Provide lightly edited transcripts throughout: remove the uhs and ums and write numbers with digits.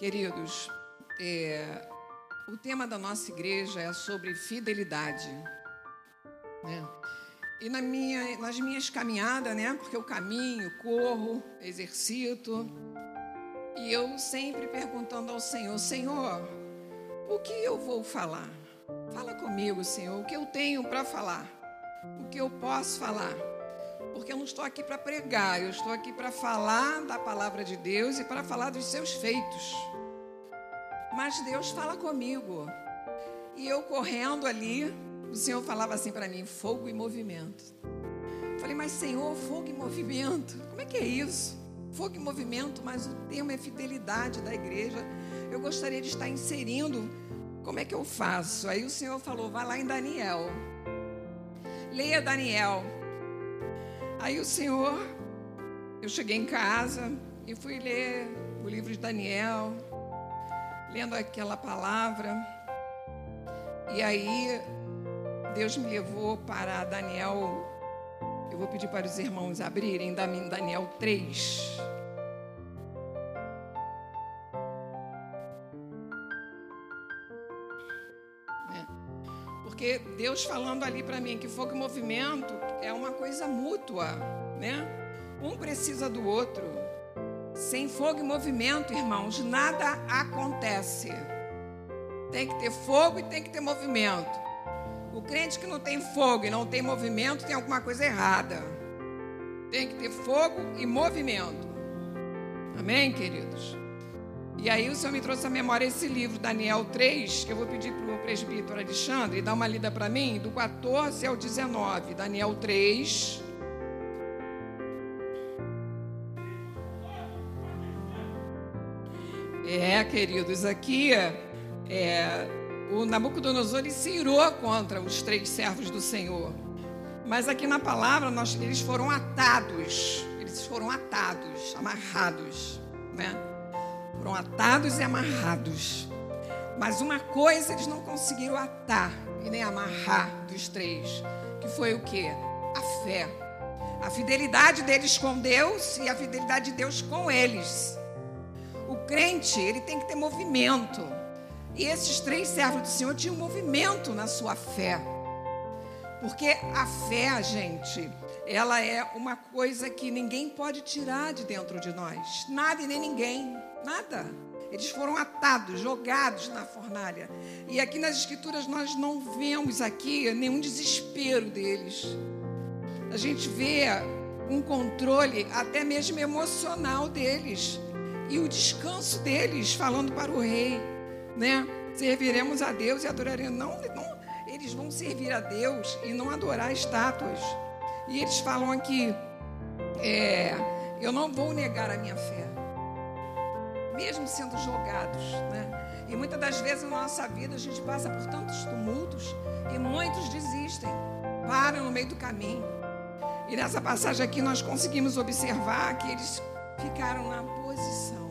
Queridos, o tema da nossa igreja é sobre fidelidade, né? E nas minhas caminhadas, né? Porque eu caminho, corro, exercito, e eu sempre perguntando ao Senhor: Senhor, o que eu vou falar? Fala comigo, Senhor, o que eu tenho para falar? O que eu posso falar? Porque eu não estou aqui para pregar, eu estou aqui para falar da palavra de Deus e para falar dos seus feitos. Mas Deus fala comigo. E eu correndo ali, o Senhor falava assim para mim: fogo e movimento. Falei: mas Senhor, fogo e movimento, como é que é isso? Fogo e movimento, mas o tema é fidelidade da igreja. Eu gostaria de estar inserindo, como é que eu faço? Aí o Senhor falou: vai lá em Daniel, leia Daniel. Aí o Senhor, eu cheguei em casa e fui ler o livro de Daniel, lendo aquela palavra. E aí Deus me levou para Daniel. Eu vou pedir para os irmãos abrirem Daniel 3. Porque Deus falando ali para mim que fogo e movimento é uma coisa mútua, né? Um precisa do outro. Sem fogo e movimento, irmãos, nada acontece. Tem que ter fogo e tem que ter movimento. O crente que não tem fogo e não tem movimento tem alguma coisa errada. Tem que ter fogo e movimento. Amém, queridos? E aí o Senhor me trouxe à memória esse livro, Daniel 3, que eu vou pedir para o presbítero Alexandre dar uma lida para mim, do 14 ao 19. Daniel 3. Queridos, aqui o Nabucodonosor ele se irou contra os 3 servos do Senhor. Mas aqui na palavra eles foram atados. Eles foram atados, amarrados, né? Foram atados e amarrados. Mas uma coisa eles não conseguiram atar e nem amarrar dos 3, que foi o quê? A fé. A fidelidade deles com Deus e a fidelidade de Deus com eles. O crente, ele tem que ter movimento. E esses 3 servos do Senhor tinham movimento na sua fé. Porque a fé, gente, ela é uma coisa que ninguém pode tirar de dentro de nós. Nada e nem ninguém. Nada. Eles foram atados, jogados na fornalha. E aqui nas Escrituras nós não vemos aqui nenhum desespero deles. A gente vê um controle até mesmo emocional deles. E o descanso deles, falando para o rei, né? Serviremos a Deus e adoraremos. Não, eles vão servir a Deus e não adorar estátuas. E eles falam aqui, eu não vou negar a minha fé, mesmo sendo jogados, né? E muitas das vezes na nossa vida a gente passa por tantos tumultos e muitos desistem, param no meio do caminho. E nessa passagem aqui nós conseguimos observar que eles ficaram na posição.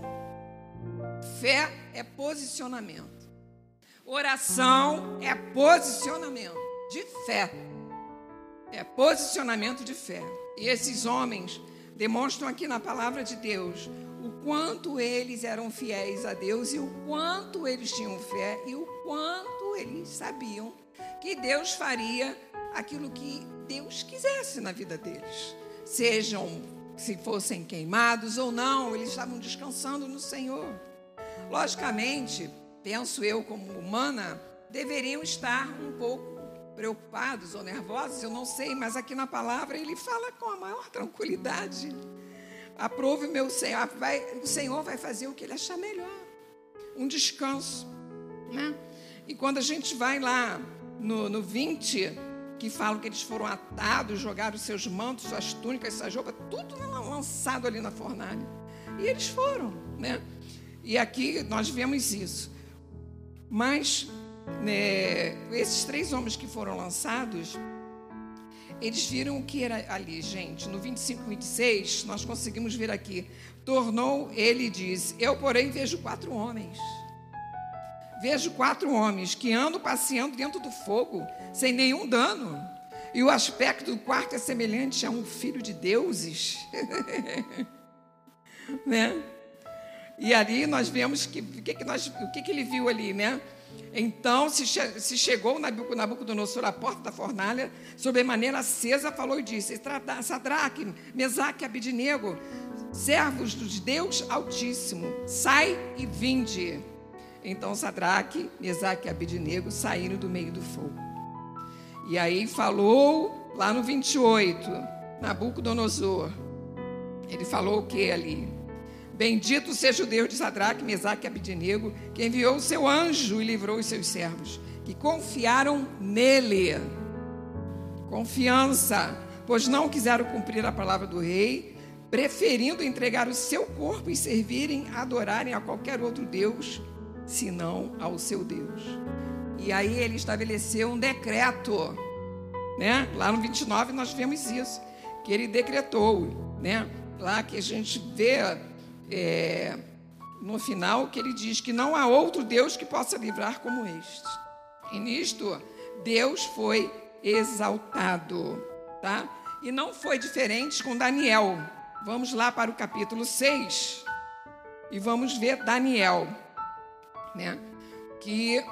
Fé é posicionamento. Oração é posicionamento de fé. É posicionamento de fé. E esses homens demonstram aqui na palavra de Deus o quanto eles eram fiéis a Deus e o quanto eles tinham fé e o quanto eles sabiam que Deus faria aquilo que Deus quisesse na vida deles. Se fossem queimados ou não, eles estavam descansando no Senhor. Logicamente, penso eu como humana, deveriam estar um pouco preocupados ou nervosos, eu não sei, mas aqui na palavra ele fala com a maior tranquilidade. Aprove meu Senhor, o Senhor vai fazer o que ele achar melhor. Um descanso, né? E quando a gente vai lá no 20, que falam que eles foram atados, jogaram seus mantos, suas túnicas, suas roupas, tudo lançado ali na fornalha. E eles foram, né? E aqui nós vemos isso. Mas, né, esses 3 homens que foram lançados, eles viram o que era ali, gente. No 25 e 26, nós conseguimos ver aqui. Tornou ele e disse: eu, porém, vejo 4 homens. Vejo 4 homens que andam passeando dentro do fogo, sem nenhum dano. E o aspecto do quarto é semelhante a um filho de deuses. Né? E ali nós vemos que o que ele viu ali, né? Então se chegou Nabucodonosor à porta da fornalha, sobremaneira acesa, falou e disse: Sadraque, Mesaque e Abidnego, servos dos Deus Altíssimo, sai e vinde. Então Sadraque, Mesaque e Abidnego saíram do meio do fogo. E aí falou lá no 28, Nabucodonosor, ele falou o que ali? Bendito seja o Deus de Sadraque, Mesaque e Abidnego, que enviou o seu anjo e livrou os seus servos, que confiaram nele. Confiança, pois não quiseram cumprir a palavra do rei, preferindo entregar o seu corpo e servirem, adorarem a qualquer outro Deus, senão ao seu Deus. E aí ele estabeleceu um decreto, né? Lá no 29 nós vemos isso, que ele decretou, né? Lá que a gente vê no final que ele diz que não há outro Deus que possa livrar como este. E nisto Deus foi exaltado, tá? E não foi diferente com Daniel. Vamos lá para o capítulo 6 e vamos ver Daniel, né? Que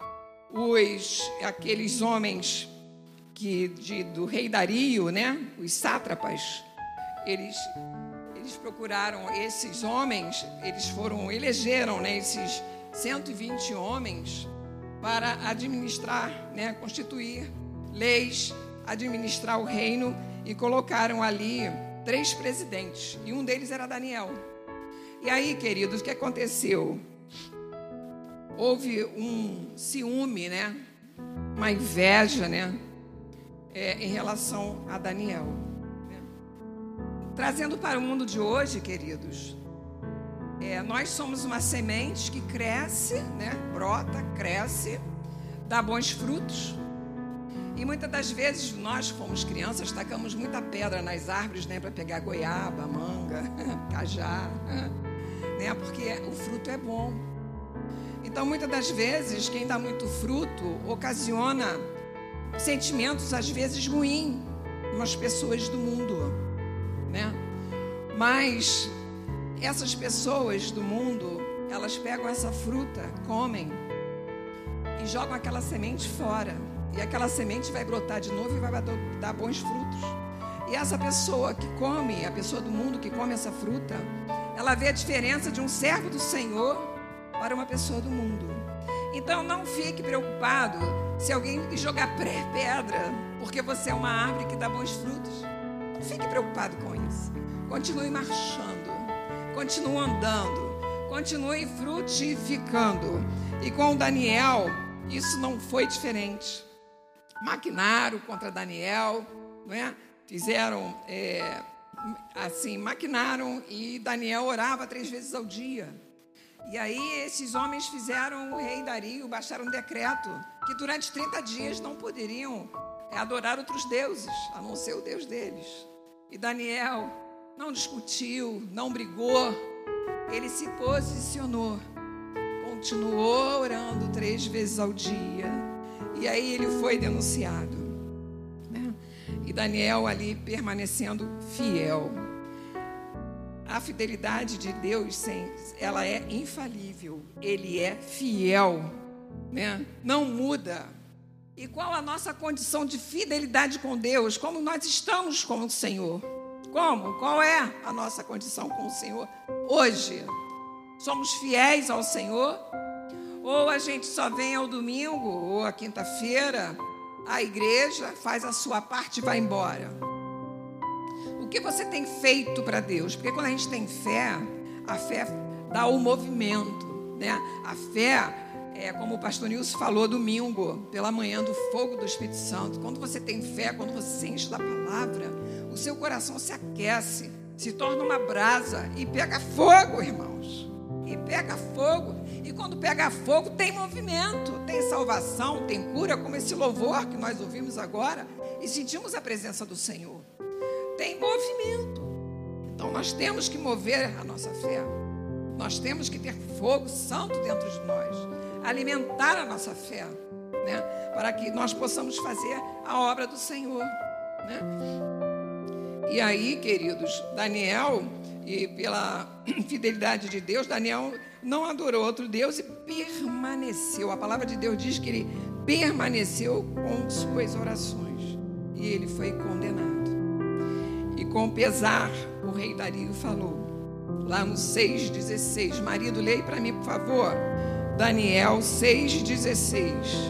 aqueles homens do rei Dario, né? Os sátrapas, eles procuraram esses homens, elegeram, né, esses 120 homens para administrar, né, constituir leis, administrar o reino, e colocaram ali 3 presidentes, e um deles era Daniel. E aí, queridos, o que aconteceu? Houve um ciúme, né, uma inveja, né, em relação a Daniel. Trazendo para o mundo de hoje, queridos, nós somos uma semente que cresce, né? Brota, cresce, dá bons frutos. E muitas das vezes nós, que fomos crianças, tacamos muita pedra nas árvores, né? Para pegar goiaba, manga, cajá, né? Porque o fruto é bom. Então, muitas das vezes, quem dá muito fruto ocasiona sentimentos, às vezes, ruins nas pessoas do mundo, né? Mas essas pessoas do mundo, elas pegam essa fruta, comem e jogam aquela semente fora, e aquela semente vai brotar de novo e vai dar bons frutos. E essa pessoa que come, a pessoa do mundo que come essa fruta, ela vê a diferença de um servo do Senhor para uma pessoa do mundo. Então não fique preocupado se alguém jogar pedra, porque você é uma árvore que dá bons frutos. Não fique preocupado com isso. Continue marchando, continue andando, continue frutificando. E com Daniel, isso não foi diferente. Maquinaram contra Daniel, não é? Fizeram maquinaram, e Daniel orava 3 vezes ao dia. E aí esses homens fizeram o rei Dario, baixaram um decreto que durante 30 dias não poderiam adorar outros deuses, a não ser o Deus deles. E Daniel não discutiu, não brigou, ele se posicionou, continuou orando 3 vezes ao dia, e aí ele foi denunciado, né? E Daniel ali permanecendo fiel. A fidelidade de Deus, ela é infalível, ele é fiel, né? Não muda. E qual a nossa condição de fidelidade com Deus? Como nós estamos com o Senhor? Qual é a nossa condição com o Senhor hoje? Somos fiéis ao Senhor? Ou a gente só vem ao domingo ou à quinta-feira à igreja, faz a sua parte e vai embora? O que você tem feito para Deus? Porque quando a gente tem fé, a fé dá o movimento, né? A fé como o pastor Nilson falou domingo, pela manhã, do fogo do Espírito Santo. Quando você tem fé, quando você se enche da palavra, o seu coração se aquece, se torna uma brasa e pega fogo, irmãos. E pega fogo. E quando pega fogo, tem movimento, tem salvação, tem cura, como esse louvor que nós ouvimos agora e sentimos a presença do Senhor. Tem movimento. Então nós temos que mover a nossa fé. Nós temos que ter fogo santo dentro de nós, alimentar a nossa fé, né? Para que nós possamos fazer a obra do Senhor, né? E aí, queridos, Daniel, e pela fidelidade de Deus, Daniel não adorou outro Deus e permaneceu. A palavra de Deus diz que ele permaneceu com suas orações. E ele foi condenado. E com pesar, o rei Dario falou, lá no 6,16. Marido, leia para mim, por favor. Daniel 6,16.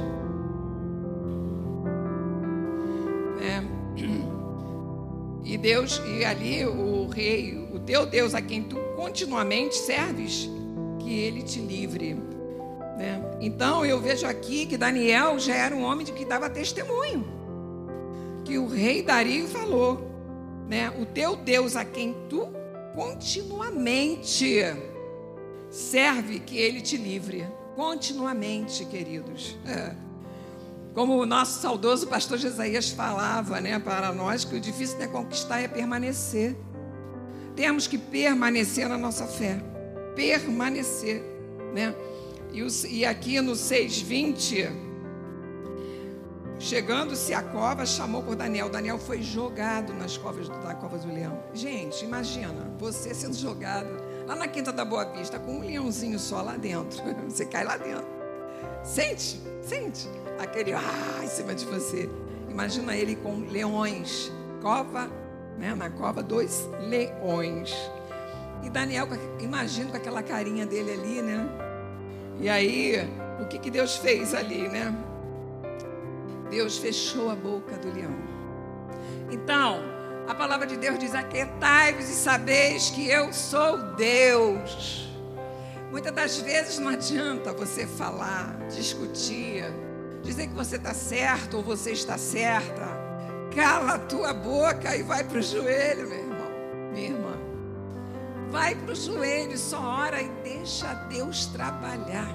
E ali o rei, o teu Deus a quem tu continuamente serves, que ele te livre. Né? Então eu vejo aqui que Daniel já era um homem que dava testemunho. Que o rei Dario falou, né? O teu Deus a quem tu continuamente serve, que ele te livre. Continuamente, queridos. Como o nosso saudoso pastor Jesaías falava, né, para nós, que o difícil não é conquistar, é permanecer. Temos que permanecer na nossa fé. Permanecer, né? E aqui no 6:20, chegando-se à cova, chamou por Daniel. Daniel foi jogado nas covas da cova do leão. Gente, imagina você sendo jogado lá na Quinta da Boa Vista com um leãozinho só lá dentro. Você cai lá dentro. Sente aquele em cima de você. Imagina ele com leões. Cova, né? Na cova, 2 leões. E Daniel, imagina com aquela carinha dele ali, né? E aí, o que Deus fez ali, né? Deus fechou a boca do leão. Então, a palavra de Deus diz: aquietai-vos e sabeis que eu sou Deus. Muitas das vezes não adianta você falar, discutir, dizer que você está certo ou você está certa. Cala a tua boca e vai para o joelho, meu irmão, minha irmã. Vai para o joelho, só ora e deixa Deus trabalhar.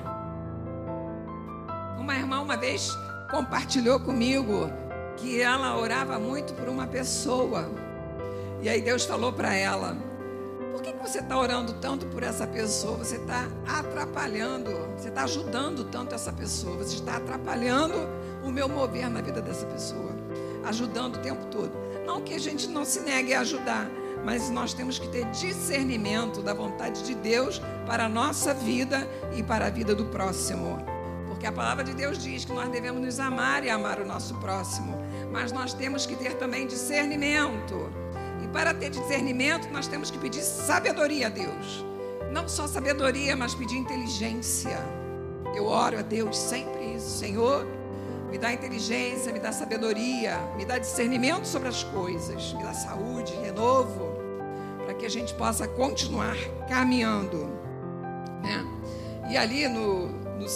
Uma irmã uma vez compartilhou comigo que ela orava muito por uma pessoa. E aí Deus falou para ela: por que você está orando tanto por essa pessoa? Você está atrapalhando, você está ajudando tanto essa pessoa, você está atrapalhando o meu mover na vida dessa pessoa, ajudando o tempo todo. Não que a gente não se negue a ajudar, mas nós temos que ter discernimento da vontade de Deus para a nossa vida e para a vida do próximo. Porque a palavra de Deus diz que nós devemos nos amar e amar o nosso próximo, mas nós temos que ter também discernimento. E para ter discernimento, nós temos que pedir sabedoria a Deus. Não só sabedoria, mas pedir inteligência. Eu oro a Deus sempre isso: Senhor, me dá inteligência, me dá sabedoria, me dá discernimento sobre as coisas, me dá saúde, renovo, para que a gente possa continuar caminhando, né? E ali no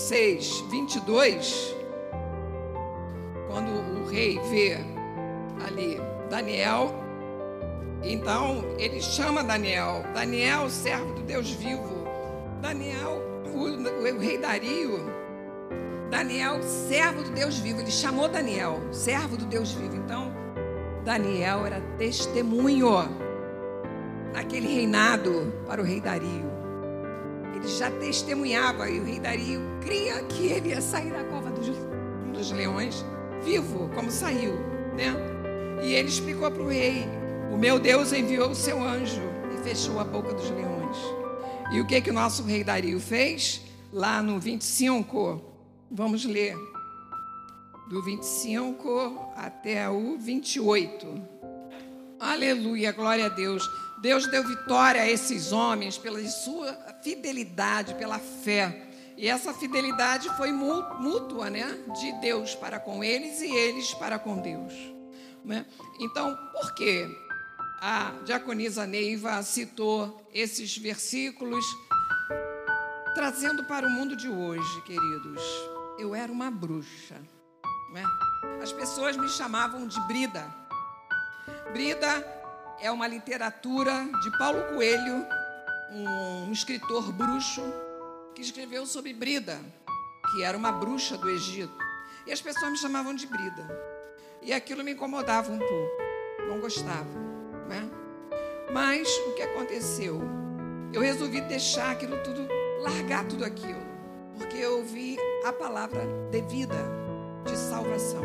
6:22, quando o rei vê ali Daniel, então ele chama Daniel, servo do Deus vivo. Daniel, o rei Dario, Daniel, servo do Deus vivo. Ele chamou Daniel, servo do Deus vivo. Então, Daniel era testemunho naquele reinado para o rei Dario. Ele já testemunhava, e o rei Dario cria que ele ia sair da cova dos leões vivo, como saiu, né? E ele explicou para o rei: o meu Deus enviou o seu anjo e fechou a boca dos leões. E o que o nosso rei Dario fez? Lá no 25, vamos ler, do 25 até o 28. Aleluia, glória a Deus. Deus deu vitória a esses homens pela sua fidelidade, pela fé. E essa fidelidade foi mútua, né? De Deus para com eles e eles para com Deus, né? Então, por que a diaconisa Neiva citou esses versículos, trazendo para o mundo de hoje, queridos? Eu era uma bruxa, né? As pessoas me chamavam de Brida. Brida é uma literatura de Paulo Coelho, um escritor bruxo, que escreveu sobre Brida, que era uma bruxa do Egito. E as pessoas me chamavam de Brida. E aquilo me incomodava um pouco, não gostava, né? Mas o que aconteceu? Eu resolvi deixar aquilo tudo, largar tudo aquilo, porque eu ouvi a palavra de vida, de salvação.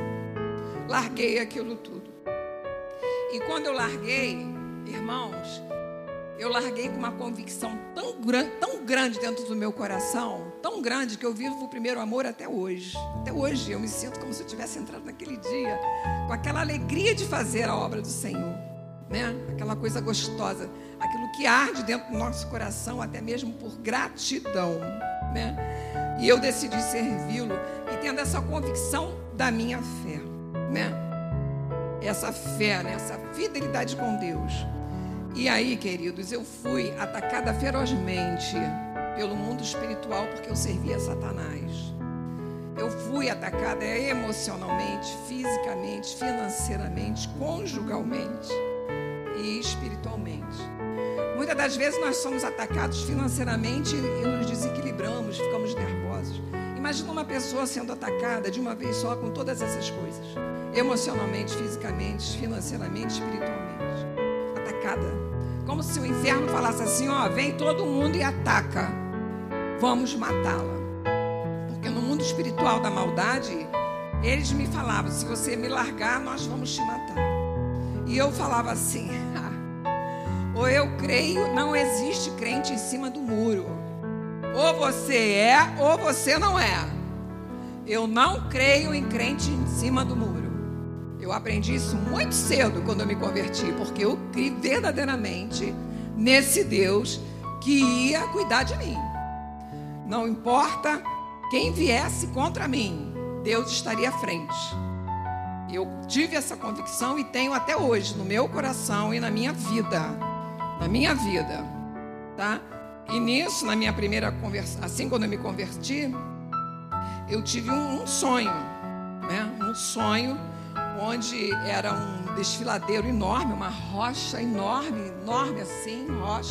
Larguei aquilo tudo. E quando eu larguei, irmãos, eu larguei com uma convicção tão grande dentro do meu coração, tão grande, que eu vivo o primeiro amor até hoje. Até hoje eu me sinto como se eu tivesse entrado naquele dia com aquela alegria de fazer a obra do Senhor, né? Aquela coisa gostosa, aquilo que arde dentro do nosso coração, até mesmo por gratidão, né? E eu decidi servi-lo e tendo essa convicção da minha fé, né? Essa fé, né? Essa fidelidade com Deus. E aí, queridos, eu fui atacada ferozmente pelo mundo espiritual porque eu servia a Satanás. Eu fui atacada emocionalmente, fisicamente, financeiramente, conjugalmente e espiritualmente. Muitas das vezes nós somos atacados financeiramente e nos desequilibramos, ficamos nervosos. Imagina uma pessoa sendo atacada de uma vez só com todas essas coisas. Emocionalmente, fisicamente, financeiramente, espiritualmente. Atacada. Como se o inferno falasse assim, ó, vem todo mundo e ataca. Vamos matá-la. Porque no mundo espiritual da maldade, eles me falavam, se você me largar, nós vamos te matar. E eu falava assim, ou eu creio, não existe crente em cima do muro. Ou você é, ou você não é. Eu não creio em crente em cima do muro. Eu aprendi isso muito cedo quando eu me converti, porque eu criei verdadeiramente nesse Deus que ia cuidar de mim. Não importa quem viesse contra mim, Deus estaria à frente. Eu tive essa convicção e tenho até hoje no meu coração e na minha vida. Na minha vida, tá? E nisso, na minha primeira conversa, assim quando eu me converti, eu tive um sonho, né? Um sonho onde era um desfiladeiro enorme, uma rocha enorme, enorme assim,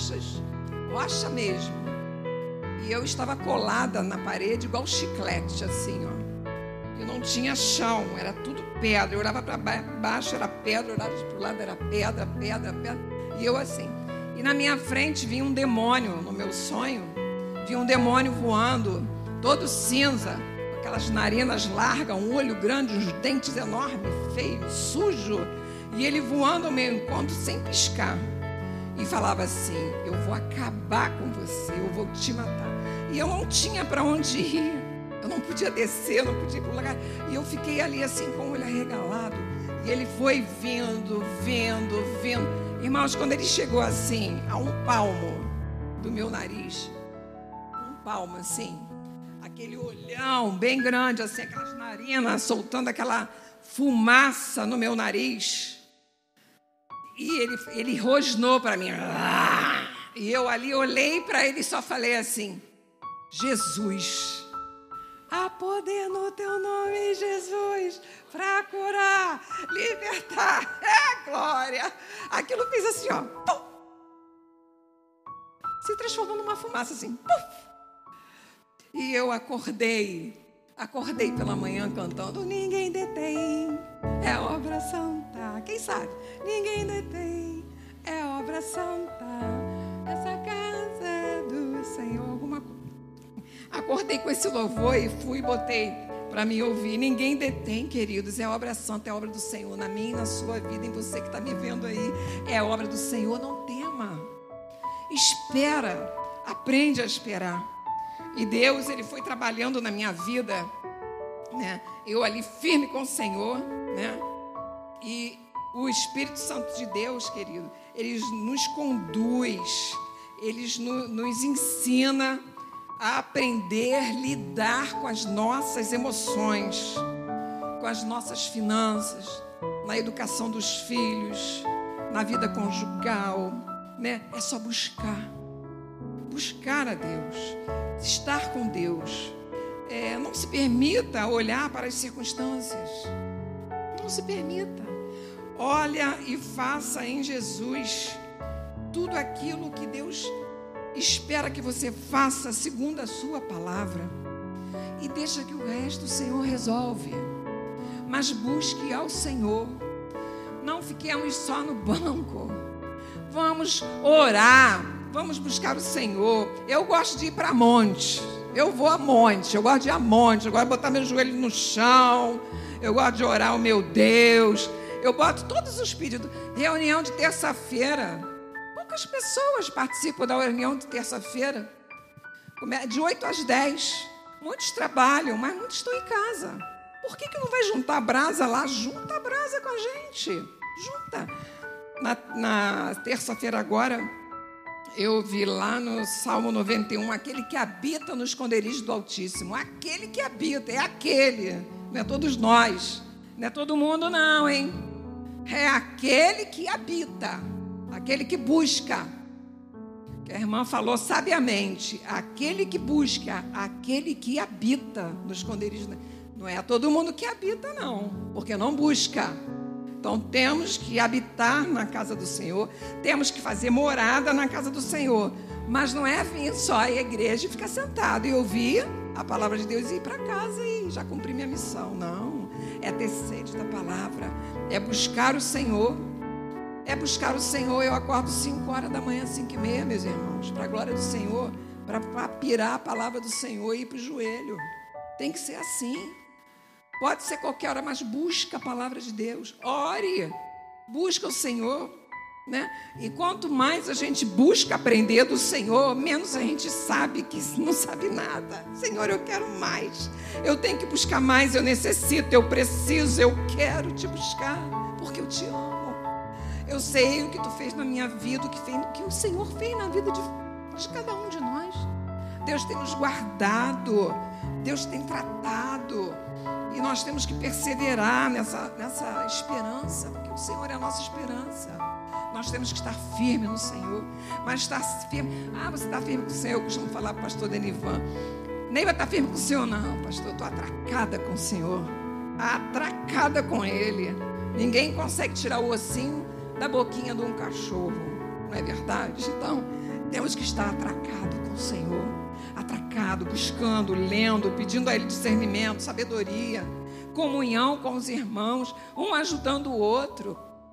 rocha mesmo. E eu estava colada na parede igual chiclete, assim, ó. E não tinha chão, era tudo pedra. Eu olhava para baixo, era pedra, eu olhava para o lado, era pedra. E eu assim. E na minha frente vinha um demônio, no meu sonho, vinha um demônio voando, todo cinza, com aquelas narinas largas, um olho grande, uns dentes enormes, feio, sujo. E ele voando ao meu encontro sem piscar. E falava assim, eu vou acabar com você, eu vou te matar. E eu não tinha para onde ir, eu não podia descer, eu não podia ir para o lugar. E eu fiquei ali assim com o olho arregalado. E ele foi vindo. Irmãos, quando ele chegou assim, a um palmo do meu nariz, um palmo assim, aquele olhão bem grande, assim, aquelas narinas soltando aquela fumaça no meu nariz, e ele rosnou para mim, e eu ali olhei para ele e só falei assim, Jesus, há poder no teu nome, Jesus, para curar, libertar, glória. Aquilo fez assim, ó, pum, se transformou numa fumaça assim, pum. E eu acordei pela manhã cantando, ninguém detém, é obra santa, quem sabe? Ninguém detém, é obra santa, essa casa é do Senhor, alguma coisa. Acordei com esse louvor e fui e botei para me ouvir. Ninguém detém, queridos, é obra santa, é obra do Senhor, na minha e na sua vida, em você que está me vendo aí, é obra do Senhor, não tema, espera, aprende a esperar. E Deus, Ele foi trabalhando na minha vida, né? Eu ali firme com o Senhor, né? E o Espírito Santo de Deus, querido, Ele nos conduz, Ele nos ensina a aprender a lidar com as nossas emoções, com as nossas finanças, na educação dos filhos, na vida conjugal, né? É só buscar a Deus, estar com Deus. Não se permita olhar para as circunstâncias, não se permita. Olha e faça em Jesus tudo aquilo que Deus espera que você faça segundo a sua palavra, e deixa que o resto o Senhor resolve. Mas busque ao Senhor, não fiquemos só no banco, vamos orar, vamos buscar o Senhor. Eu gosto de ir para monte, eu vou a monte, eu gosto de ir a monte, eu gosto de botar meu joelho no chão, eu gosto de orar ao meu Deus, eu boto todos os pedidos. Reunião de terça-feira, Poucas pessoas participam da reunião de terça-feira, de 8 às 10. Muitos trabalham, mas muitos estão em casa. Por que não vai juntar a brasa lá? Junta a brasa com a gente. Junta. Na terça-feira agora, eu vi lá no Salmo 91, aquele que habita no esconderijo do Altíssimo. Aquele que habita, é aquele. Não é todos nós. Não é todo mundo não, hein? É aquele que habita. Aquele que busca. Que a irmã falou sabiamente. Aquele que busca, aquele que habita no esconderijo. Não é todo mundo que habita, não. Porque não busca. Então, temos que habitar na casa do Senhor, temos que fazer morada na casa do Senhor, mas não é vir só à igreja e ficar sentado e ouvir a palavra de Deus e ir para casa e já cumprir minha missão. Não, é ter sede da palavra, é buscar o Senhor. É buscar o Senhor. Eu acordo 5 horas da manhã, 5h30, meus irmãos, para a glória do Senhor, para pirar a palavra do Senhor e ir para o joelho. Tem que ser assim. Pode ser qualquer hora, mas busca a palavra de Deus. Ore, busca o Senhor, né? E quanto mais a gente busca aprender do Senhor, menos a gente sabe que não sabe nada. Senhor, eu quero mais. Eu tenho que buscar mais, eu necessito, eu preciso, eu quero te buscar, porque eu te amo. Eu sei o que tu fez na minha vida, o que o Senhor fez na vida de cada um de nós. Deus tem nos guardado, Deus tem tratado. E nós temos que perseverar nessa esperança, porque o Senhor é a nossa esperança. Nós temos que estar firme no Senhor. Mas estar firme... você está firme com o Senhor? Eu costumo falar para o pastor Denivan. Nem vai estar firme com o Senhor, não, pastor. Eu estou atracada com o Senhor. Atracada com Ele. Ninguém consegue tirar o ossinho da boquinha de um cachorro. Não é verdade? Então, temos que estar atracado com o Senhor. Atracado, buscando, lendo, pedindo a Ele discernimento, sabedoria, comunhão com os irmãos, um ajudando o outro.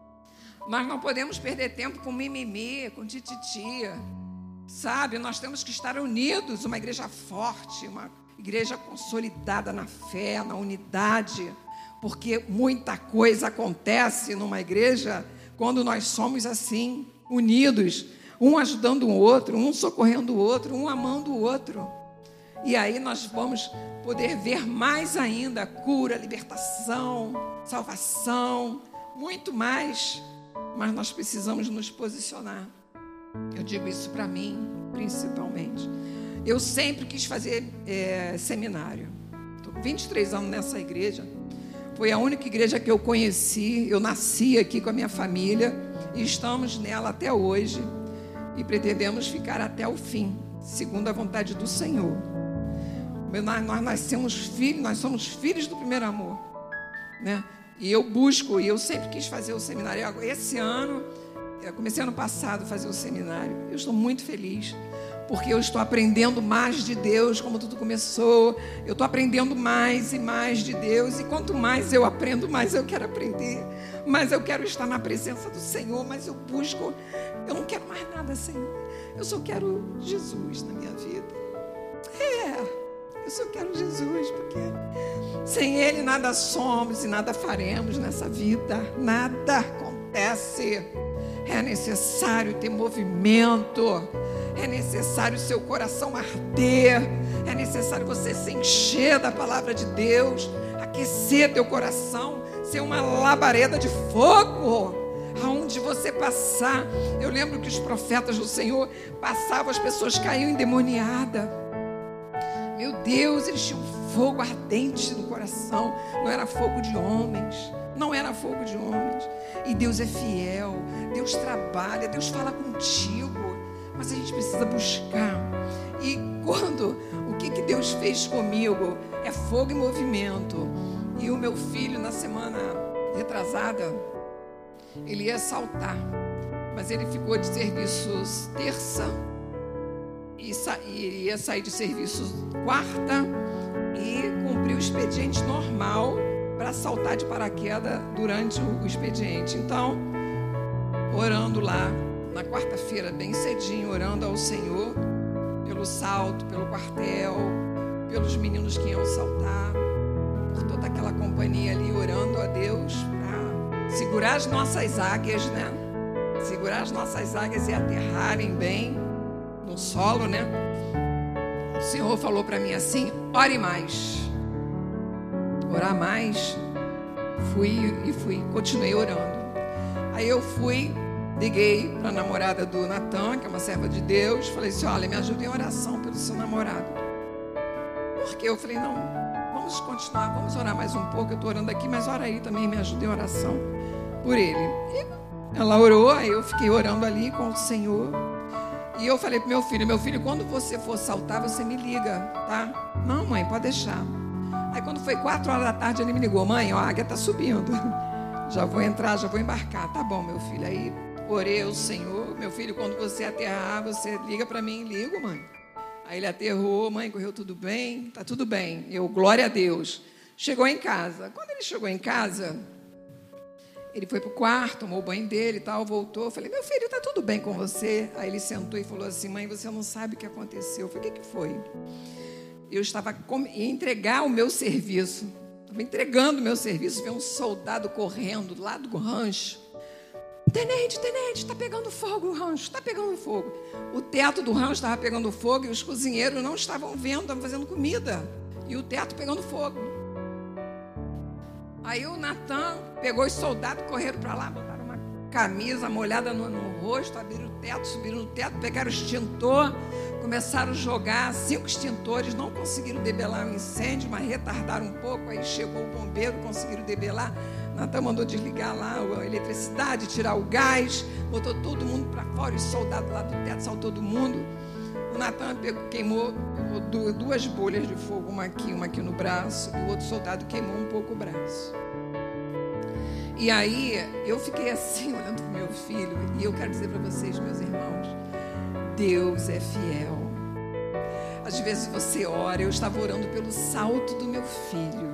Nós não podemos perder tempo com mimimi, com tititia, sabe? Nós temos que estar unidos, uma igreja forte, uma igreja consolidada na fé, na unidade, porque muita coisa acontece numa igreja quando nós somos assim, unidos, um ajudando o outro, um socorrendo o outro, um amando o outro. E aí nós vamos poder ver mais ainda cura, libertação, salvação, muito mais. Mas nós precisamos nos posicionar. Eu digo isso para mim, principalmente. Eu sempre quis fazer seminário. Estou 23 anos nessa igreja. Foi a única igreja que eu conheci. Eu nasci aqui com a minha família e estamos nela até hoje. E pretendemos ficar até o fim, segundo a vontade do Senhor. Nós somos filhos do primeiro amor, né? E eu sempre quis fazer o seminário. Esse ano, eu comecei ano passado a fazer o seminário. Eu estou muito feliz, porque eu estou aprendendo mais de Deus, como tudo começou. Eu estou aprendendo mais e mais de Deus, e quanto mais eu aprendo, mais eu quero aprender. Mas eu quero estar na presença do Senhor, mas eu busco, eu não quero mais nada, Senhor. Eu só quero Jesus na minha vida. Eu só quero Jesus, porque sem Ele nada somos e nada faremos nessa vida. Nada acontece. É necessário ter movimento. É necessário seu coração arder. É necessário você se encher da palavra de Deus, aquecer teu coração, ser uma labareda de fogo, aonde você passar. Eu lembro que os profetas do Senhor passavam, as pessoas caíam endemoniadas. Meu Deus, eles tinham fogo ardente no coração. Não era fogo de homens. Não era fogo de homens. E Deus é fiel. Deus trabalha. Deus fala contigo. Mas a gente precisa buscar. E o que Deus fez comigo é fogo e movimento. E o meu filho, na semana retrasada, ele ia saltar. Mas ele ficou de serviços terça e iria sair de serviços quarta e cumprir o expediente normal para saltar de paraquedas durante o expediente. Então, orando lá na quarta-feira, bem cedinho, orando ao Senhor pelo salto, pelo quartel, pelos meninos que iam saltar, por toda aquela companhia ali, orando a Deus para segurar as nossas águias, né? segurar as nossas águias e aterrarem bem no solo, né? O Senhor falou para mim assim: ore mais. Orar mais. Continuei orando. Aí eu liguei para a namorada do Natan, que é uma serva de Deus, falei assim: olha, me ajuda em oração pelo seu namorado. Porque eu falei: não, vamos continuar, vamos orar mais um pouco, eu estou orando aqui, mas ora aí também, me ajuda em oração por ele. E ela orou, aí eu fiquei orando ali com o Senhor. E eu falei pro meu filho, quando você for saltar, você me liga, tá? Não, mãe, pode deixar. Aí quando foi 4 horas da tarde, ele me ligou: mãe, ó, a águia tá subindo. Já vou entrar, já vou embarcar. Tá bom, meu filho. Aí orei ao Senhor: meu filho, quando você aterrar, você liga para mim. Ligo, mãe. Aí ele aterrou: mãe, correu tudo bem? Tá tudo bem. Eu, glória a Deus. Chegou em casa. Quando ele chegou em casa, ele foi pro quarto, tomou o banho dele e tal, voltou. Eu falei: meu filho, tá tudo bem com você? Aí ele sentou e falou assim: mãe, você não sabe o que aconteceu. Eu falei: o que foi? Eu estava ia entregar o meu serviço. Estava entregando o meu serviço. Veio um soldado correndo lá do rancho. Tenente, está pegando fogo o rancho, está pegando fogo. O teto do rancho estava pegando fogo e os cozinheiros não estavam vendo, estavam fazendo comida. E o teto pegando fogo. Aí o Natan pegou os soldados, correram para lá, botaram uma camisa molhada no rosto, abriram o teto, subiram no teto, pegaram o extintor, começaram a jogar 5 extintores, não conseguiram debelar o incêndio, mas retardaram um pouco. Aí chegou o bombeiro, conseguiram debelar. Natan mandou desligar lá a eletricidade, tirar o gás, botou todo mundo para fora, os soldados lá do teto, saltou todo mundo. O Natan queimou 2 bolhas de fogo, uma aqui no braço, e o outro soldado queimou um pouco o braço. E aí eu fiquei assim, olhando para o meu filho, e eu quero dizer para vocês, meus irmãos, Deus é fiel. Às vezes você ora, eu estava orando pelo salto do meu filho.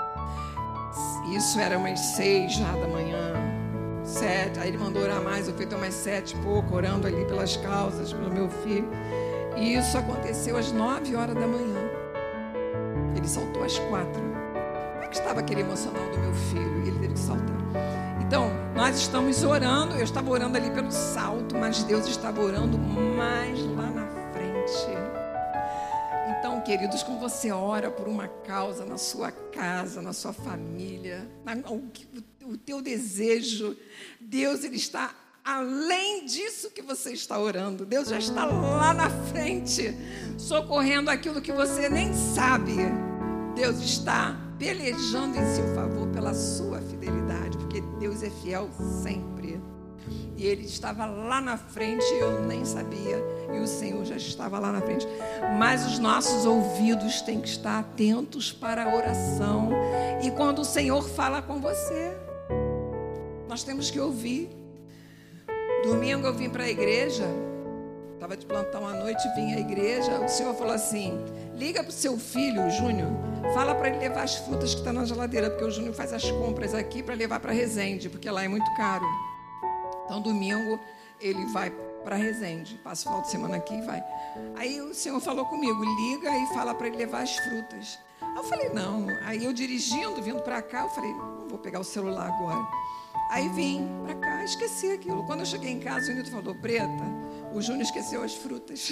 Isso era umas 6 já da manhã, 7, aí ele mandou orar mais, eu fui até umas 7 e pouco, orando ali pelas causas, pelo meu filho. E isso aconteceu às 9 horas da manhã. Ele saltou às 4. Como é que estava aquele emocional do meu filho? E ele teve que saltar. Então, nós estamos orando, eu estava orando ali pelo salto, mas Deus estava orando mais lá na frente. Então, queridos, quando você ora por uma causa na sua casa, na sua família, o teu desejo, Deus, ele está além disso que você está orando. Deus já está lá na frente, socorrendo aquilo que você nem sabe. Deus está pelejando em seu favor pela sua fidelidade, porque Deus é fiel sempre. E Ele estava lá na frente, eu nem sabia, e o Senhor já estava lá na frente. Mas os nossos ouvidos têm que estar atentos para a oração. E quando o Senhor fala com você, nós temos que ouvir. Domingo eu vim para a igreja, estava de plantão à noite, vim à igreja, o Senhor falou assim: liga para o seu filho, o Júnior, fala para ele levar as frutas que estão na geladeira, porque o Júnior faz as compras aqui para levar para Resende, porque lá é muito caro. Então domingo ele vai para Resende, passa o final de semana aqui e vai. Aí o Senhor falou comigo: liga e fala para ele levar as frutas. Aí eu falei: não. Aí eu dirigindo, vindo para cá, eu falei: não vou pegar o celular agora. Aí vim para cá, esqueci aquilo. Quando eu cheguei em casa, o Nilton falou: Preta, o Júnior esqueceu as frutas.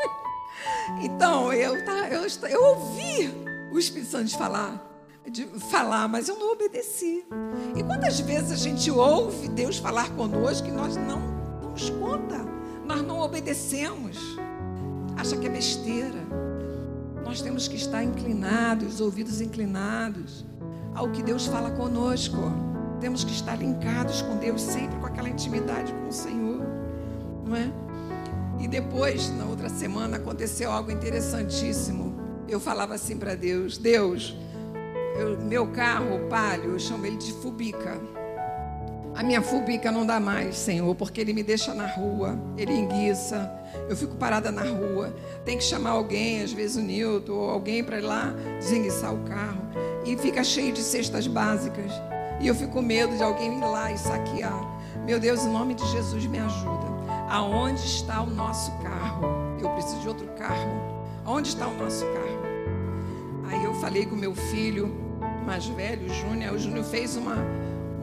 Então, eu ouvi o Espírito Santo falar, mas eu não obedeci. E quantas vezes a gente ouve Deus falar conosco e nós não damos conta, nós não obedecemos, acha que é besteira. Nós temos que estar inclinados, ouvidos inclinados ao que Deus fala conosco. Temos que estar linkados com Deus, sempre com aquela intimidade com o Senhor, não é? E depois, na outra semana, aconteceu algo interessantíssimo. Eu falava assim para Deus: Deus, meu carro, o Palio, eu chamo ele de Fubica. A minha Fubica não dá mais, Senhor, porque ele me deixa na rua, ele enguiça, eu fico parada na rua. Tem que chamar alguém, às vezes o Nilton, ou alguém para ir lá desenguiçar o carro. E fica cheio de cestas básicas. E eu fico com medo de alguém ir lá e saquear. Meu Deus, em nome de Jesus, me ajuda. Aonde está o nosso carro? Eu preciso de outro carro. Aonde está o nosso carro? Aí eu falei com meu filho mais velho, o Júnior. O Júnior fez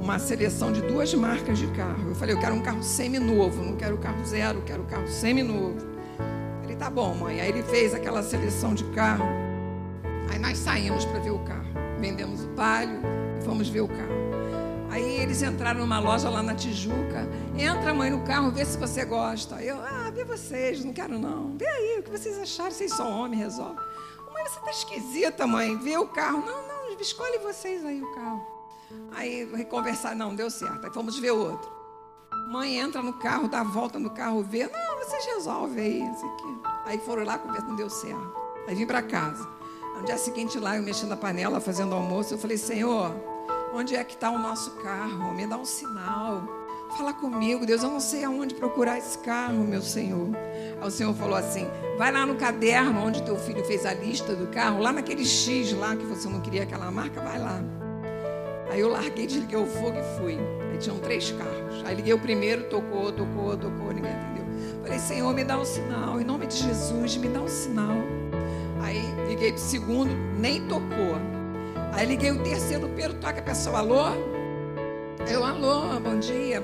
uma seleção de 2 marcas de carro. Eu falei, eu quero um carro seminovo, não quero carro zero, eu quero carro seminovo. Ele, tá bom, mãe. Aí ele fez aquela seleção de carro. Aí nós saímos para ver o carro. Vendemos o Palio e fomos ver o carro. Aí eles entraram numa loja lá na Tijuca. Entra, mãe, no carro, vê se você gosta. Eu, vê vocês, não quero não. Vê aí, o que vocês acharam, vocês são homem, resolve. Mãe, você tá esquisita, mãe, vê o carro. Não, escolhe vocês aí o carro. Aí, conversar, não, deu certo. Aí fomos ver o outro. Mãe entra no carro, dá a volta no carro, vê. Não, vocês resolvem aí, isso aqui. Aí foram lá, conversar, não deu certo. Aí vim para casa. No dia seguinte lá, eu mexendo na panela, fazendo almoço, eu falei, Senhor, onde é que está o nosso carro? Me dá um sinal. Fala comigo, Deus, eu não sei aonde procurar esse carro, meu Senhor. Aí o Senhor falou assim, vai lá no caderno onde teu filho fez a lista do carro, lá naquele X lá que você não queria aquela marca, vai lá. Aí eu larguei, desliguei o fogo e fui. Aí tinham 3 carros. Aí liguei o primeiro, tocou, ninguém entendeu. Falei, Senhor, me dá um sinal, em nome de Jesus, me dá um sinal. Aí liguei pro segundo, nem tocou. Aí liguei o terceiro, Pedro, toca a pessoa, alô? Eu, alô, bom dia.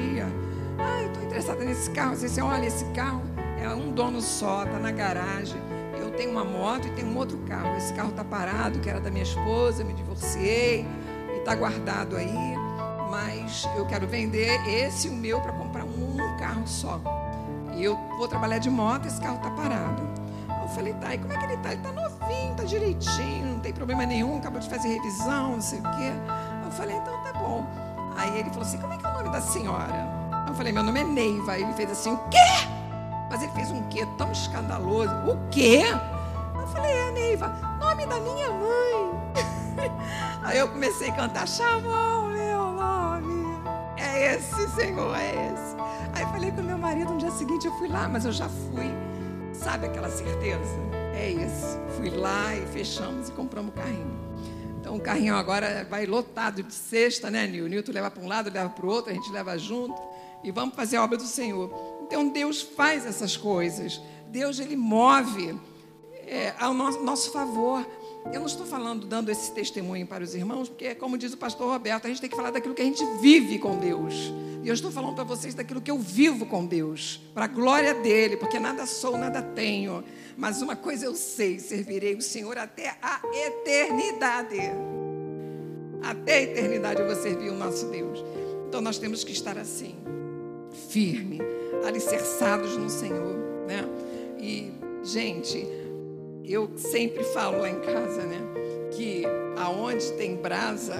Eu estou interessada nesse carro. Eu disse, olha, esse carro é um dono só, está na garagem. Eu tenho uma moto e tenho um outro carro. Esse carro está parado, que era da minha esposa, me divorciei e está guardado aí. Mas eu quero vender esse e o meu para comprar um carro só. E eu vou trabalhar de moto, esse carro está parado. Eu falei, tá, e como é que ele tá? Ele tá novinho, tá direitinho, não tem problema nenhum, acabou de fazer revisão, não sei o quê. Eu falei, então tá bom. Aí ele falou assim, como é que é o nome da senhora? Eu falei, meu nome é Neiva. Aí ele fez assim, o quê? Mas ele fez um quê tão escandaloso. O quê? Eu falei, Neiva, nome da minha mãe. Aí eu comecei a cantar, chamou o meu nome. É esse, Senhor, é esse. Aí falei com meu marido, no dia seguinte eu fui lá, mas eu já fui. Sabe aquela certeza? É isso. Fui lá e fechamos e compramos o carrinho. Então o carrinho agora vai lotado de cesta, né, Nil? O Nilton leva para um lado, leva para o outro, a gente leva junto e vamos fazer a obra do Senhor. Então Deus faz essas coisas. Deus, Ele move ao nosso favor. Eu não estou dando esse testemunho para os irmãos, porque, como diz o pastor Roberto, a gente tem que falar daquilo que a gente vive com Deus. E eu estou falando para vocês daquilo que eu vivo com Deus, para a glória dEle, porque nada sou, nada tenho. Mas uma coisa eu sei, servirei o Senhor até a eternidade. Até a eternidade eu vou servir o nosso Deus. Então nós temos que estar assim, firme, alicerçados no Senhor, né? E, gente, eu sempre falo lá em casa, né, que aonde tem brasa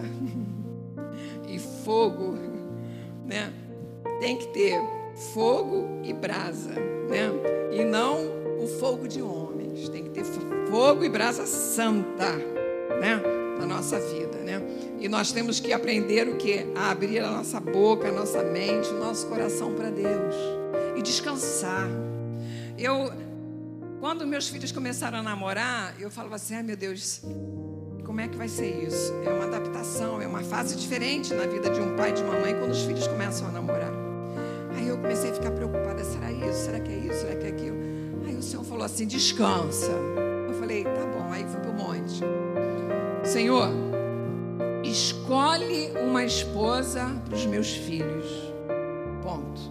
e fogo, né, tem que ter fogo e brasa, né, e não o fogo de homens. Tem que ter fogo e brasa santa, né, na nossa vida, né. E nós temos que aprender o quê? A abrir a nossa boca, a nossa mente, o nosso coração para Deus e descansar. Quando meus filhos começaram a namorar, eu falava assim, meu Deus, como é que vai ser isso? É uma adaptação, é uma fase diferente na vida de um pai e de uma mãe quando os filhos começam a namorar. Aí eu comecei a ficar preocupada, será isso? Será que é isso? Será que é aquilo? Aí o Senhor falou assim, descansa. Eu falei, tá bom, aí fui pro monte. Senhor, escolhe uma esposa para os meus filhos. Ponto.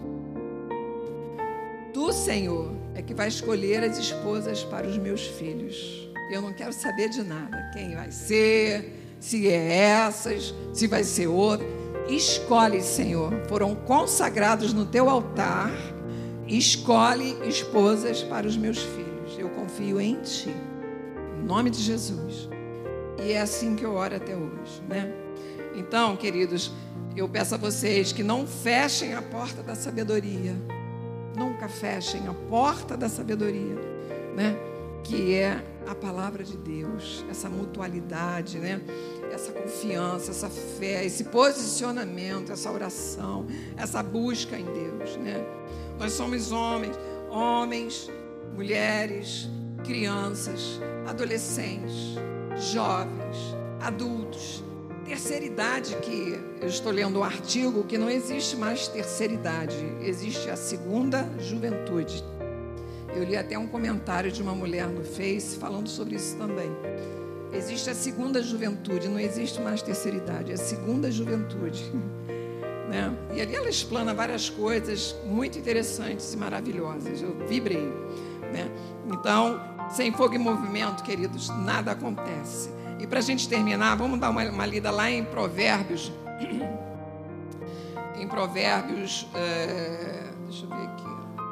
Tu, Senhor, é que vai escolher as esposas para os meus filhos. Eu não quero saber de nada. Quem vai ser, se é essas, se vai ser outra. Escolhe, Senhor. Foram consagrados no teu altar. Escolhe esposas para os meus filhos. Eu confio em Ti. Em nome de Jesus. E é assim que eu oro até hoje, né? Então, queridos, eu peço a vocês que não fechem a porta da sabedoria. Nunca fechem a porta da sabedoria, né? Que é a palavra de Deus, essa mutualidade, né? Essa confiança, essa fé, esse posicionamento, essa oração, essa busca em Deus, né? Nós somos homens, mulheres, crianças, adolescentes, jovens, adultos, terceira idade, que eu estou lendo um artigo que não existe mais terceira idade, existe a segunda juventude. Eu li até um comentário de uma mulher no Face falando sobre isso também. existe a segunda juventude, não existe mais terceira idade, é a segunda juventude. Né? E ali ela explana várias coisas muito interessantes e maravilhosas. Eu vibrei. Né? Então, sem fogo e movimento, queridos, nada acontece. E para a gente terminar, vamos dar uma lida lá em Provérbios. Em Provérbios, deixa eu ver aqui.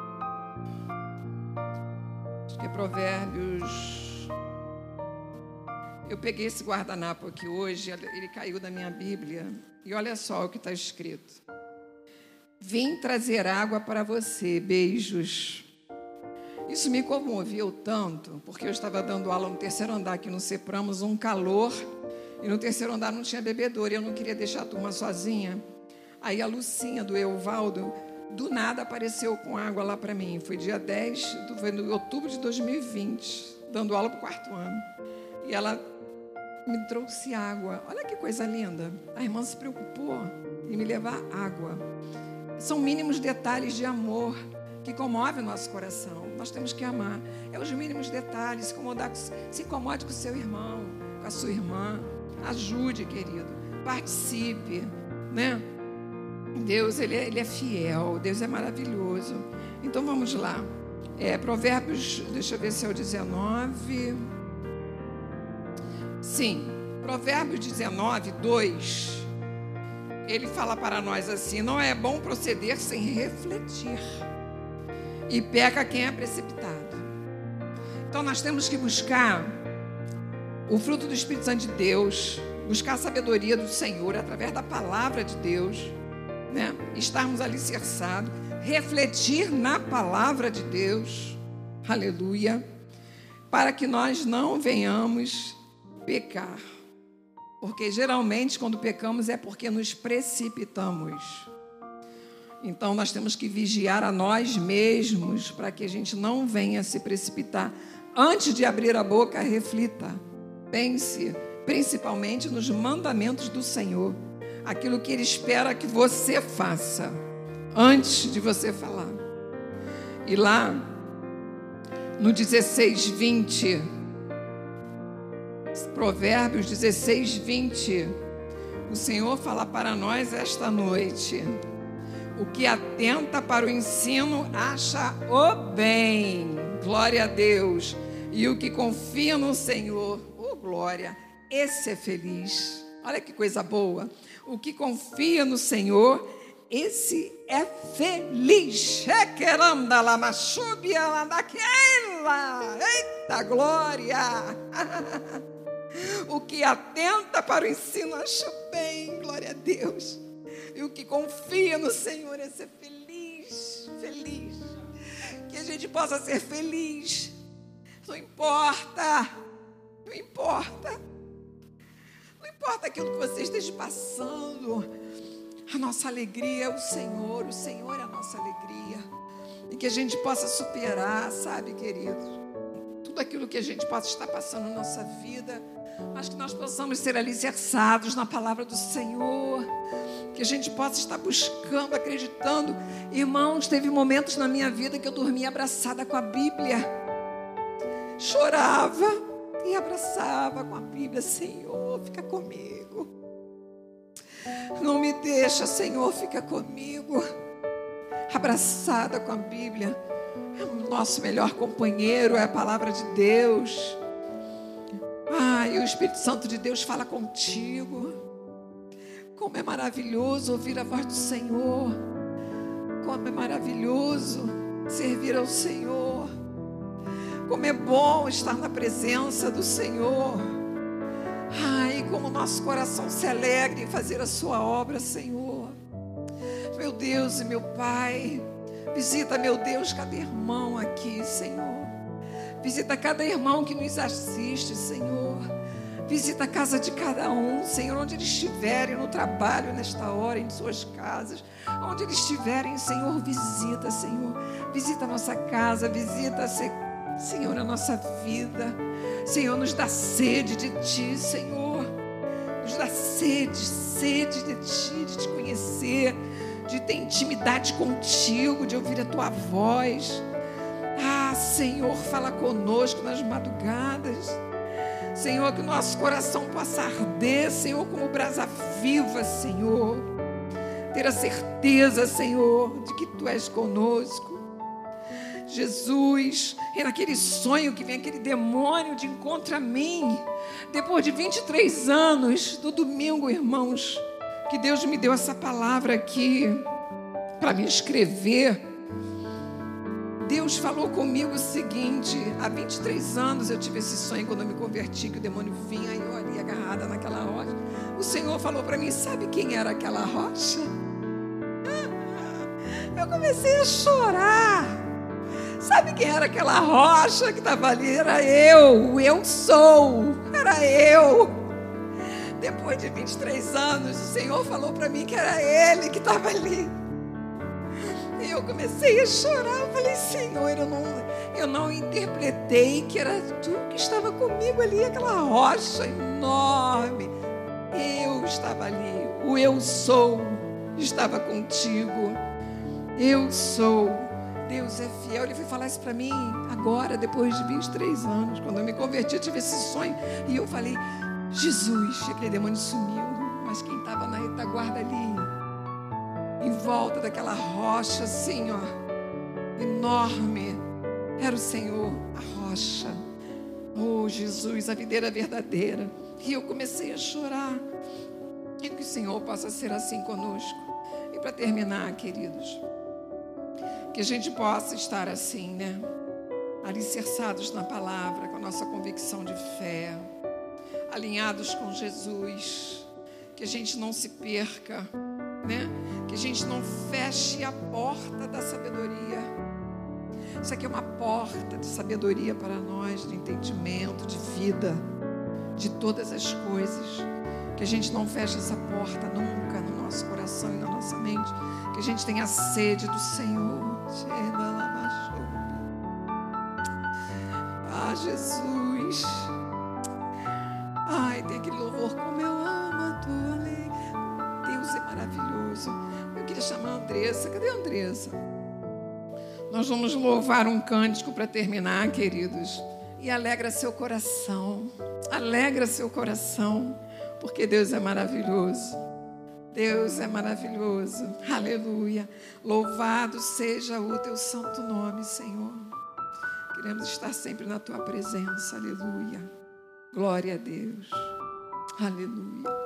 Acho que é Provérbios. Eu peguei esse guardanapo aqui hoje, ele caiu da minha Bíblia. E olha só o que está escrito. Vim trazer água para você, beijos. Isso me comoveu tanto, porque eu estava dando aula no terceiro andar aqui no Cepramos, um calor, e no terceiro andar não tinha bebedouro, e eu não queria deixar a turma sozinha. Aí a Lucinha, do Evaldo, do nada apareceu com água lá para mim. Foi dia 10, foi no outubro de 2020, dando aula para o quarto ano. E ela me trouxe água. Olha que coisa linda. A irmã se preocupou em me levar água. São mínimos detalhes de amor que comovem o nosso coração. Nós temos que amar. É os mínimos detalhes. Se incomode com o seu irmão, com a sua irmã. Ajude, querido. Participe. Né? Deus, ele é fiel. Deus é maravilhoso. Então, vamos lá. Provérbios, deixa eu ver se é o 19... Sim, Provérbios 19, 2, ele fala para nós assim: não é bom proceder sem refletir, e peca quem é precipitado. Então nós temos que buscar o fruto do Espírito Santo de Deus, buscar a sabedoria do Senhor através da palavra de Deus, né? Estarmos alicerçados, refletir na palavra de Deus, aleluia, para que nós não venhamos pecar, porque geralmente quando pecamos é porque nos precipitamos. Então nós temos que vigiar a nós mesmos para que a gente não venha se precipitar. Antes de abrir a boca, reflita, pense principalmente nos mandamentos do Senhor, aquilo que Ele espera que você faça antes de você falar. E lá no 16, 20, Provérbios 16, 20, o Senhor fala para nós esta noite: o que atenta para o ensino acha o bem, glória a Deus, e o que confia no Senhor, glória, esse é feliz. Olha que coisa boa. O que confia no Senhor, esse é feliz. Eita glória! O que atenta para o ensino acha bem, glória a Deus. E o que confia no Senhor é ser feliz, feliz. Que a gente possa ser feliz. Não importa, não importa. Não importa aquilo que você esteja passando. A nossa alegria é o Senhor é a nossa alegria. E que a gente possa superar, sabe, queridos, tudo aquilo que a gente possa estar passando na nossa vida, mas que nós possamos ser alicerçados na palavra do Senhor, que a gente possa estar buscando, acreditando. Irmãos, teve momentos na minha vida que eu dormia abraçada com a Bíblia, chorava e abraçava com a Bíblia. Senhor, fica comigo, não me deixa, Senhor, fica comigo. Abraçada com a Bíblia, é o nosso melhor companheiro, é a palavra de Deus. E o Espírito Santo de Deus fala contigo. Como é maravilhoso ouvir a voz do Senhor. Como é maravilhoso servir ao Senhor. Como é bom estar na presença do Senhor. E como o nosso coração se alegra em fazer a sua obra, Senhor. Meu Deus e meu Pai, visita, meu Deus, cada irmão aqui, Senhor. Visita cada irmão que nos assiste, Senhor. Visita a casa de cada um, Senhor, onde eles estiverem, no trabalho, nesta hora, em suas casas. Onde eles estiverem, Senhor, visita, Senhor. Visita a nossa casa, visita, Senhor, a nossa vida. Senhor, nos dá sede de Ti, Senhor. Nos dá sede de Ti, de Te conhecer, de ter intimidade contigo, de ouvir a Tua voz. Senhor, fala conosco nas madrugadas. Senhor, que o nosso coração possa arder, Senhor, como brasa viva, Senhor. Ter a certeza, Senhor, de que Tu és conosco. Jesus, é naquele sonho que vem aquele demônio de encontro a mim. Depois de 23 anos, no domingo, irmãos, que Deus me deu essa palavra aqui para me escrever. Deus falou comigo o seguinte: há 23 anos eu tive esse sonho quando eu me converti, que o demônio vinha e eu ali agarrada naquela rocha. O Senhor falou para mim: sabe quem era aquela rocha? Eu comecei a chorar. Sabe quem era aquela rocha que estava ali? Era eu sou, era eu. Depois de 23 anos, o Senhor falou para mim que era Ele que estava ali. E eu comecei a chorar. Eu falei: Senhor, eu não interpretei que era Tu que estava comigo ali, aquela rocha enorme. Eu estava ali, o eu sou estava contigo. Eu sou. Deus é fiel. Ele foi falar isso para mim agora, depois de 23 anos. Quando eu me converti, eu tive esse sonho. E eu falei: Jesus, aquele demônio sumiu. Mas quem estava na retaguarda ali, em volta daquela rocha assim, ó, enorme, era o Senhor, a rocha. Oh, Jesus, a videira verdadeira. E eu comecei a chorar. E que o Senhor possa ser assim conosco. E para terminar, queridos, que a gente possa estar assim, né? Alicerçados na palavra, com a nossa convicção de fé, alinhados com Jesus, que a gente não se perca, né? Que a gente não feche a porta da sabedoria. Isso aqui é uma porta de sabedoria para nós, de entendimento, de vida, de todas as coisas. Que a gente não feche essa porta nunca no nosso coração e na nossa mente. Que a gente tenha sede do Senhor. Ah, Jesus. Ai, tem aquele louvor: como eu amo a Tua lei. Deus é maravilhoso. Eu queria chamar a Andressa. Cadê a Andressa? Nós vamos louvar um cântico para terminar, queridos. E alegra seu coração. Alegra seu coração. Porque Deus é maravilhoso. Deus é maravilhoso. Aleluia. Louvado seja o Teu santo nome, Senhor. Queremos estar sempre na Tua presença. Aleluia. Glória a Deus. Aleluia.